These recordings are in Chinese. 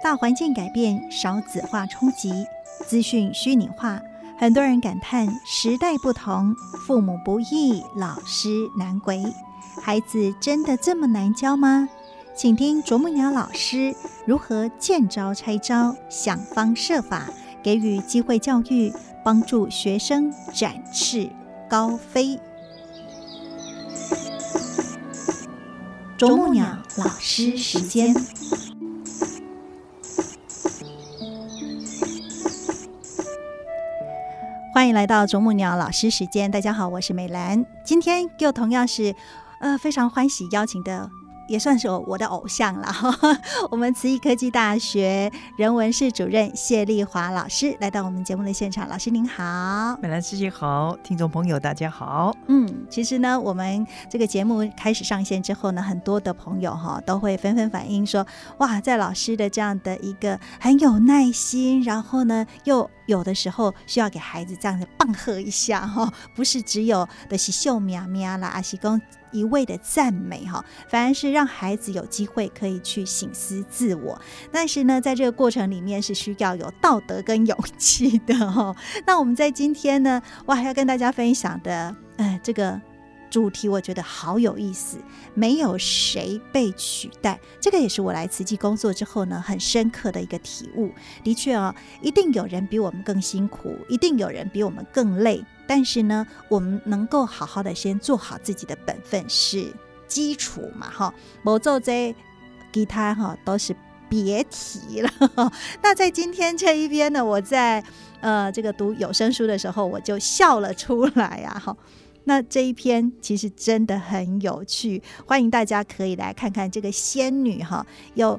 大环境改变，少子化冲击，资讯虚拟化，很多人感叹时代不同，父母不易，老师难为。孩子真的这么难教吗？请听啄木鸟老师如何见招拆招，想方设法给予机会教育，帮助学生展翅高飞。啄木鸟老师时间。欢迎来到啄木鸟老师时间，大家好，我是美兰。今天又同样是非常欢喜邀请的，也算是我的偶像啦我们慈益科技大学人文系主任谢丽华老师来到我们节目的现场。老师您好。 美兰师姐好，听众朋友大家好。 其实呢，我们这个节目开始上线之后呢，很多的朋友都会纷纷反映说，哇，在老师的这样的一个很有耐心，然后呢又有的时候需要给孩子这样的棒喝一下不是只有的是秀喵喵啦，而是说一味的赞美反而是让孩子有机会可以去省思自我。但是呢，在这个过程里面是需要有道德跟勇气的那我们在今天呢，还要跟大家分享的这个主题我觉得好有意思，没有谁被取代。这个也是我来慈济工作之后呢很深刻的一个体悟。的确一定有人比我们更辛苦，一定有人比我们更累，但是呢，我们能够好好的先做好自己的本分是基础嘛没做这其他都是别提了那在今天这一边呢，我在这个读有声书的时候我就笑了出来那这一篇其实真的很有趣，欢迎大家可以来看看这个仙女有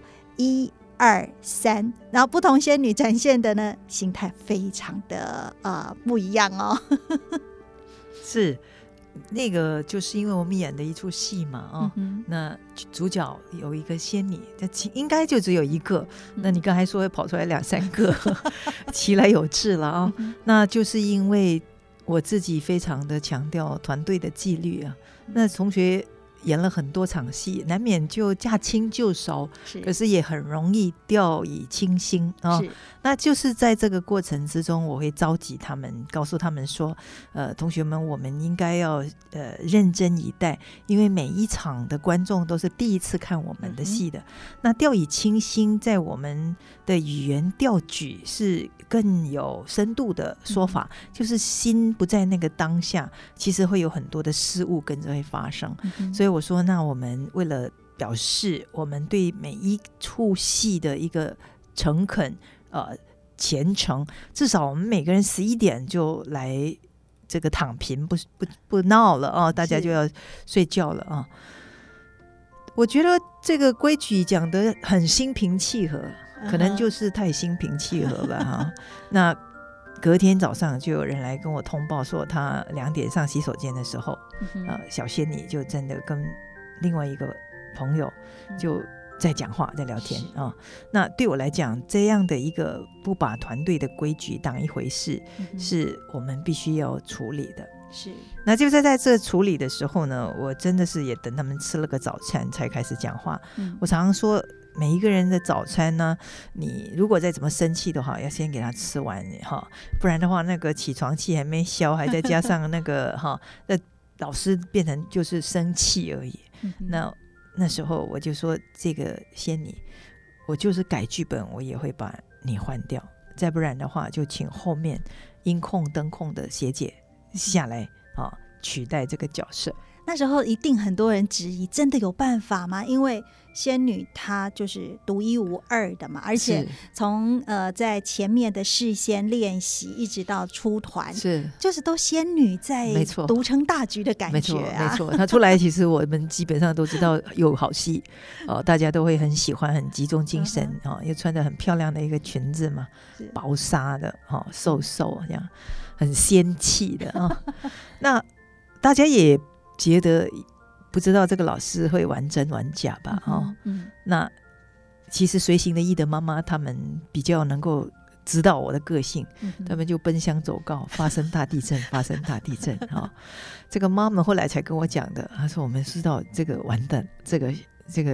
1、2、3，然后不同仙女展现的呢形态非常的不一样是那个就是因为我们演的一出戏嘛那主角有一个仙女，应该就只有一个，那你刚才说会跑出来2、3个其来有志了那就是因为我自己非常的强调团队的纪律那同学演了很多场戏，难免就驾轻就熟，可是也很容易掉以轻心那就是在这个过程之中，我会召集他们，告诉他们说同学们，我们应该要认真以待，因为每一场的观众都是第一次看我们的戏的那掉以轻心在我们的语言调举是更有深度的说法就是心不在那个当下，其实会有很多的失误跟着会发生所以我说，那我们为了表示我们对每一出戏的一个诚恳虔诚，至少我们每个人11点就来这个躺平，不闹了大家就要睡觉了我觉得这个规矩讲得很心平气和可能就是太心平气和吧那隔天早上就有人来跟我通报说，他2点上洗手间的时候小仙女就真的跟另外一个朋友就在讲话在聊天那对我来讲，这样的一个不把团队的规矩当一回事是我们必须要处理的是。 那就在这处理的时候呢，我真的是也等他们吃了个早餐才开始讲话我常常说，每一个人的早餐呢，你如果再怎么生气的话，要先给他吃完不然的话那个起床气还没消，还再加上那个那老师变成就是生气而已那时候我就说，这个仙女我就是改剧本我也会把你换掉，再不然的话就请后面音控灯控的学姐下来取代这个角色。 那时候一定很多人质疑，真的有办法吗？因为仙女她就是独一无二的嘛，而且从在前面的事先练习一直到出团，就是都仙女在独撑大局的感觉没错她出来其实我们基本上都知道有好戏大家都会很喜欢，很集中精神又穿着很漂亮的一个裙子嘛，薄纱的瘦瘦这样很仙气的那大家也觉得不知道这个老师会玩真玩假吧那其实随行的义德妈妈他们比较能够知道我的个性他们就奔相走告，发生大地震发生大地震这个妈妈后来才跟我讲的，她说我们知道这个完蛋，这个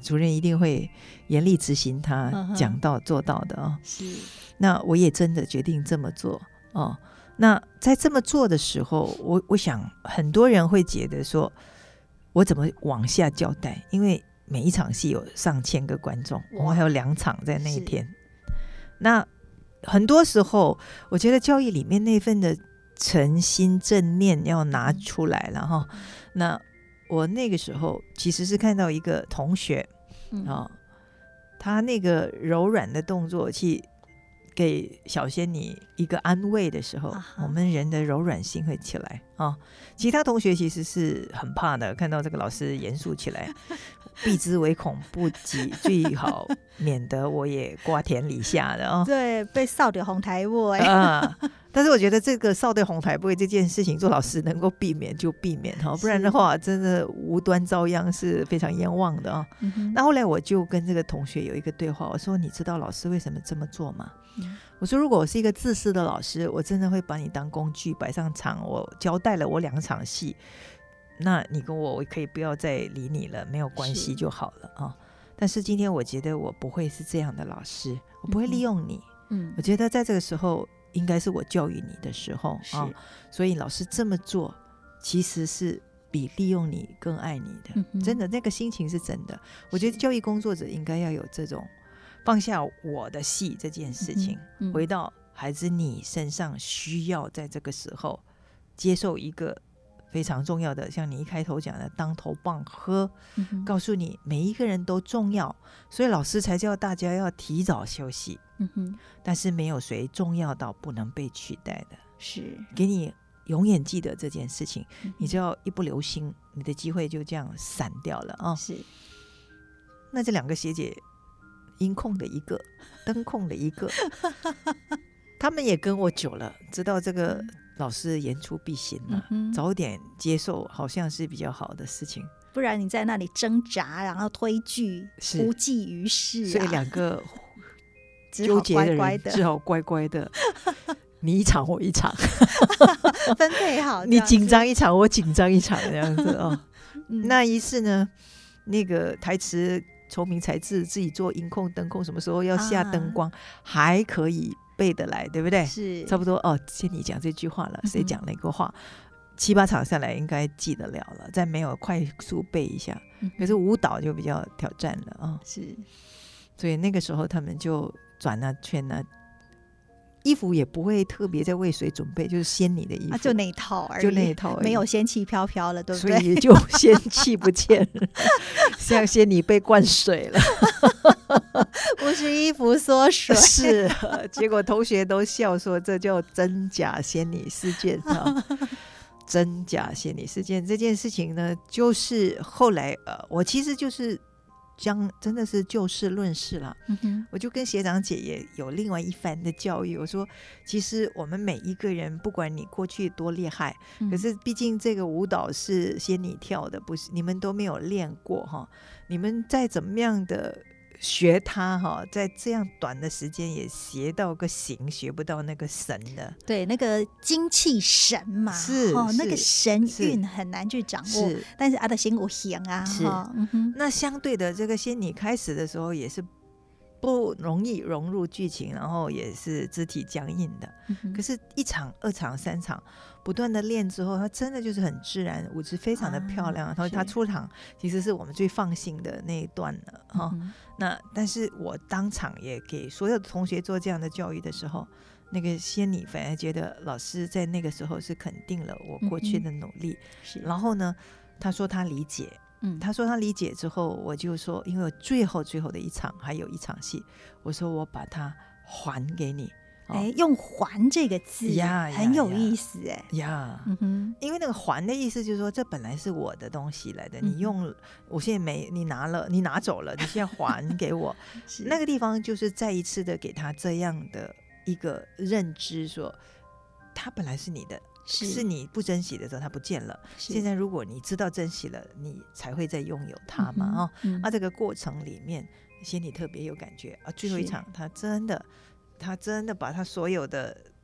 主任一定会严厉执行他讲到做到的哦。 是， 那我也真的决定这么做哦。那在这么做的时候，我想很多人会觉得说，我怎么往下交代？因为每一场戏有上千个观众，我们还有2场在那一天。那很多时候，我觉得教育里面那份的诚心正念要拿出来了哈。那我那个时候其实是看到一个同学他那个柔软的动作去给小仙女一个安慰的时候，我们人的柔软性会起来啊。其他同学其实是很怕的，看到这个老师严肃起来，避之唯恐不及，最好免得我也瓜田李下的哦。 对，被扫到红台位但是我觉得这个扫对红台位这件事情，做老师能够避免就避免哈，不然的话真的无端遭殃是非常冤枉的啊。那后来我就跟这个同学有一个对话，我说你知道老师为什么这么做吗？我说如果我是一个自私的老师，我真的会把你当工具摆上场，我交代了我2场戏，那你跟我可以不要再理你了，没有关系就好了啊。但是今天我觉得我不会是这样的老师，我不会利用你。我觉得在这个时候应该是我教育你的时候啊，所以老师这么做其实是比利用你更爱你的。真的那个心情是真的。我觉得教育工作者应该要有这种放下我的戏这件事情，回到孩子你身上，需要在这个时候接受一个非常重要的，像你一开头讲的当头棒喝，告诉你每一个人都重要，所以老师才叫大家要提早休息。但是没有谁重要到不能被取代的，是给你永远记得这件事情。你只要一不留心，你的机会就这样散掉了啊。是。那这2个学姐，音控的一个，灯控的一个，他们也跟我久了，知道这个老师言出必行了，早点接受好像是比较好的事情，不然你在那里挣扎，然后推拒，无济于事所以2个纠结的人只好乖乖的你一场我一场分配好， 你紧张一场我紧张一场这样子哦。那一次呢，那个台词聪明才智，自己做音控灯控，什么时候要下灯光，还可以背得来，对不对？是差不多哦。先你讲这句话了，谁讲那个话，7、8场下来应该记得了了，再没有快速背一下。可是舞蹈就比较挑战了啊。是，所以那个时候他们就转啊圈啊，衣服也不会特别在为谁准备，就是仙女的衣服， 就那一套而已， 就那一套而已， 没有仙气飘飘了，对不对？ 所以就仙气不见了，像仙女被灌水了， 不是衣服缩水， 是。结果同学都笑说这叫真假仙女事件啊。真假仙女事件这件事情呢，就是后来我其实就是真的是就事论事了。我就跟学长姐也有另外一番的教育，我说其实我们每一个人不管你过去多厉害，可是毕竟这个舞蹈是仙女跳的，不是你们都没有练过哈，你们再怎么样的学它哈，在这样短的时间也学到个形，学不到那个神的。 对，那个精气神嘛， 是那个神韵很难去掌握，但是的仙有形啊。是， 那相对的，这个仙女开始的时候也是不容易融入剧情，然后也是肢体僵硬的。可是1场、2场、3场不断的练之后，他真的就是很自然，舞姿非常的漂亮。然后他出场其实是我们最放心的那一段了。那但是我当场也给所有的同学做这样的教育的时候，那个仙女反而觉得老师在那个时候是肯定了我过去的努力。然后呢，他说他理解。他说他理解之后，我就说因为最后的一场还有1场戏，我说我把它还给你。 用还这个字很有意思因为那个还的意思就是说这本来是我的东西来的，你用我现在没，你拿走了，你现在还给我那个地方就是再一次的给他这样的一个认知，说他本来是你的，是你不珍惜的时候它不见了，现在如果你知道珍惜了，你才会再拥有它嘛。这个过程里面心里特别有感觉最后一场他真的把他所有的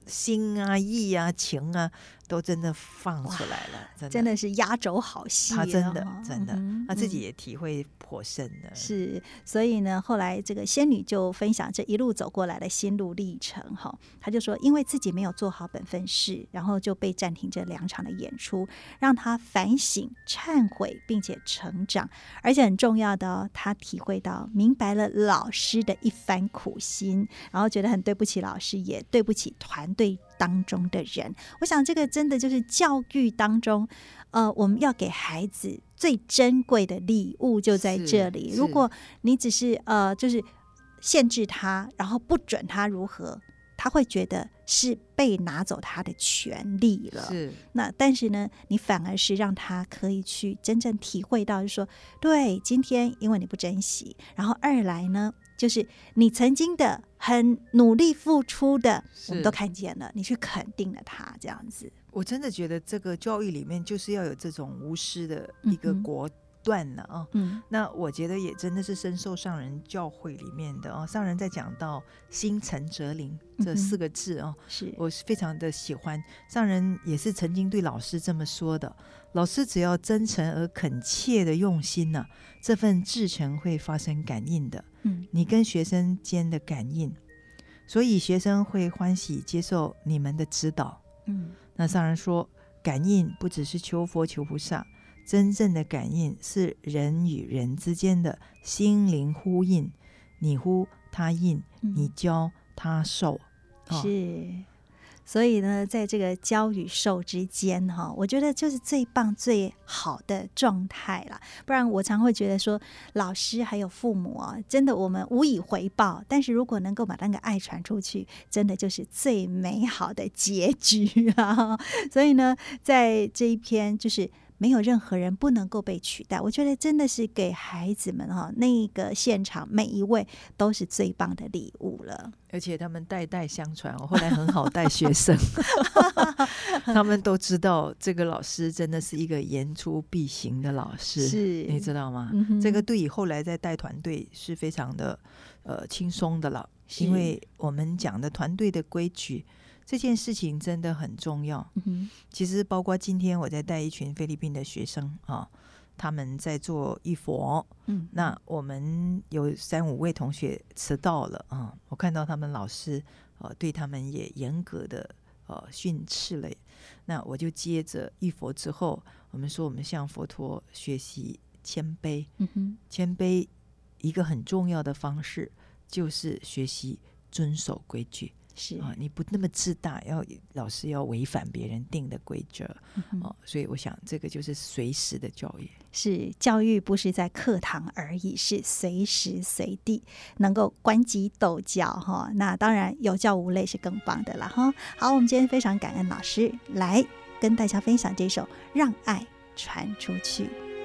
心啊、意啊、情啊，都真的放出来了， 真的是压轴好戏， 他真的他自己也体会颇深的。 是，所以呢，后来这个仙女就分享这一路走过来的心路历程哈，她就说，因为自己没有做好本分事，然后就被暂停这2场的演出，让她反省、忏悔，并且成长，而且很重要的哦，她体会到、明白了老师的一番苦心，然后觉得很对不起老师，也对不起团队当中的人。我想这个真的就是教育当中我们要给孩子最珍贵的礼物就在这里。如果你只是就是限制他，然后不准他如何，他会觉得是被拿走他的权利了。 是， 那但是呢，你反而是让他可以去真正体会到，就是说，对，今天因为你不珍惜，然后二来呢，就是你曾经的很努力付出的，我们都看见了，你去肯定了他，这样子。 我真的觉得这个教育里面就是要有这种无私的一个果断了啊。那我觉得也真的是深受上人教诲里面的啊。上人在讲到心诚则灵这4个字啊，我是非常的喜欢。上人也是曾经对老师这么说的：老师只要真诚而恳切的用心呢，这份至诚会发生感应的。你跟学生间的感应，所以学生会欢喜接受你们的指导。那上人说，感应不只是求佛求菩萨，真正的感应是人与人之间的心灵呼应，你呼他应，你教他受。 是，所以呢，在这个教与受之间我觉得就是最棒最好的状态啦。不然我常会觉得说，老师还有父母真的我们无以回报，但是如果能够把那个爱传出去，真的就是最美好的结局啊。所以呢，在这一篇就是没有任何人不能够被取代，我觉得真的是给孩子们那个现场每一位都是最棒的礼物了。 而且他们代代相传，我后来很好带学生他们都知道这个老师真的是一个言出必行的老师，是你知道吗？这个对以后来在带团队是非常的轻松的了，因为我们讲的团队的规矩这件事情真的很重要。其实包括今天我在带一群菲律宾的学生他们在做一佛，那我们有3-5位同学迟到了我看到他们老师对他们也严格的训斥了。那我就接着一佛之后，我们说我们向佛陀学习谦卑。谦卑一个很重要的方式就是学习遵守规矩。你不那么自大，老师要违反别人定的规则所以我想这个就是随时的教育。 是，教育不是在课堂而已，是随时随地能够观机斗教那当然有教无类是更棒的了好，我们今天非常感恩老师来跟大家分享这首《让爱传出去》。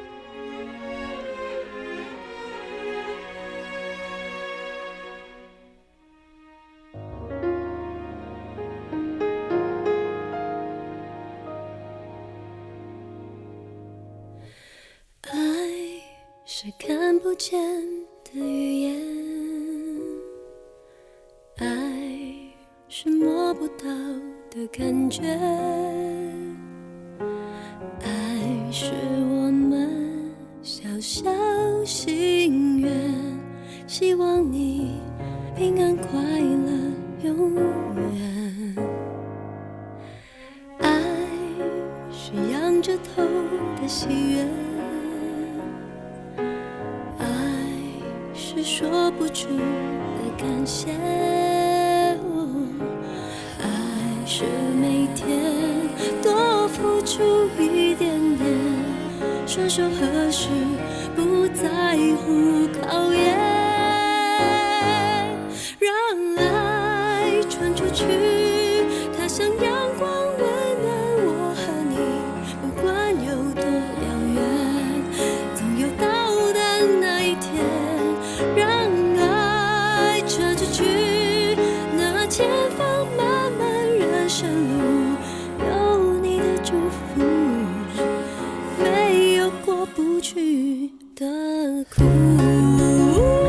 是看不见的语言，爱是摸不到的感觉，爱是我们小小心愿，希望你平安快乐永远。爱是仰着头的喜悦，是说不出的感谢爱是每天多付出一点点，双手合十不在乎考验，让爱传出去，它像阳光温暖我和你，不管有多遥远，总有到达那一天，让爱传出去，那前方漫漫人生路，有你的祝福，没有过不去的苦。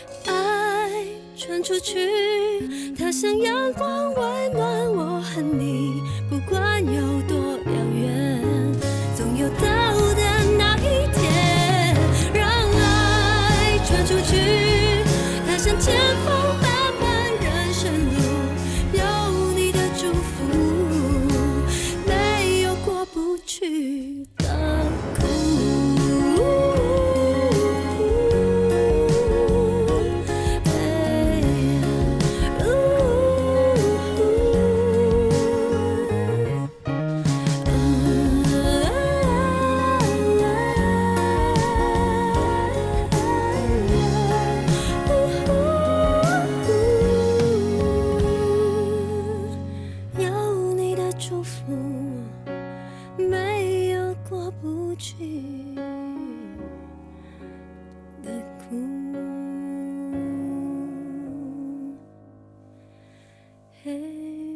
爱传出去，它像阳光温暖我和你，不管有多遥远，总有到的那一天。让爱传出去，它像前方漫漫人生路，有你的祝福，没有过不去的苦。有你的祝福，没有过不去的苦。嘿。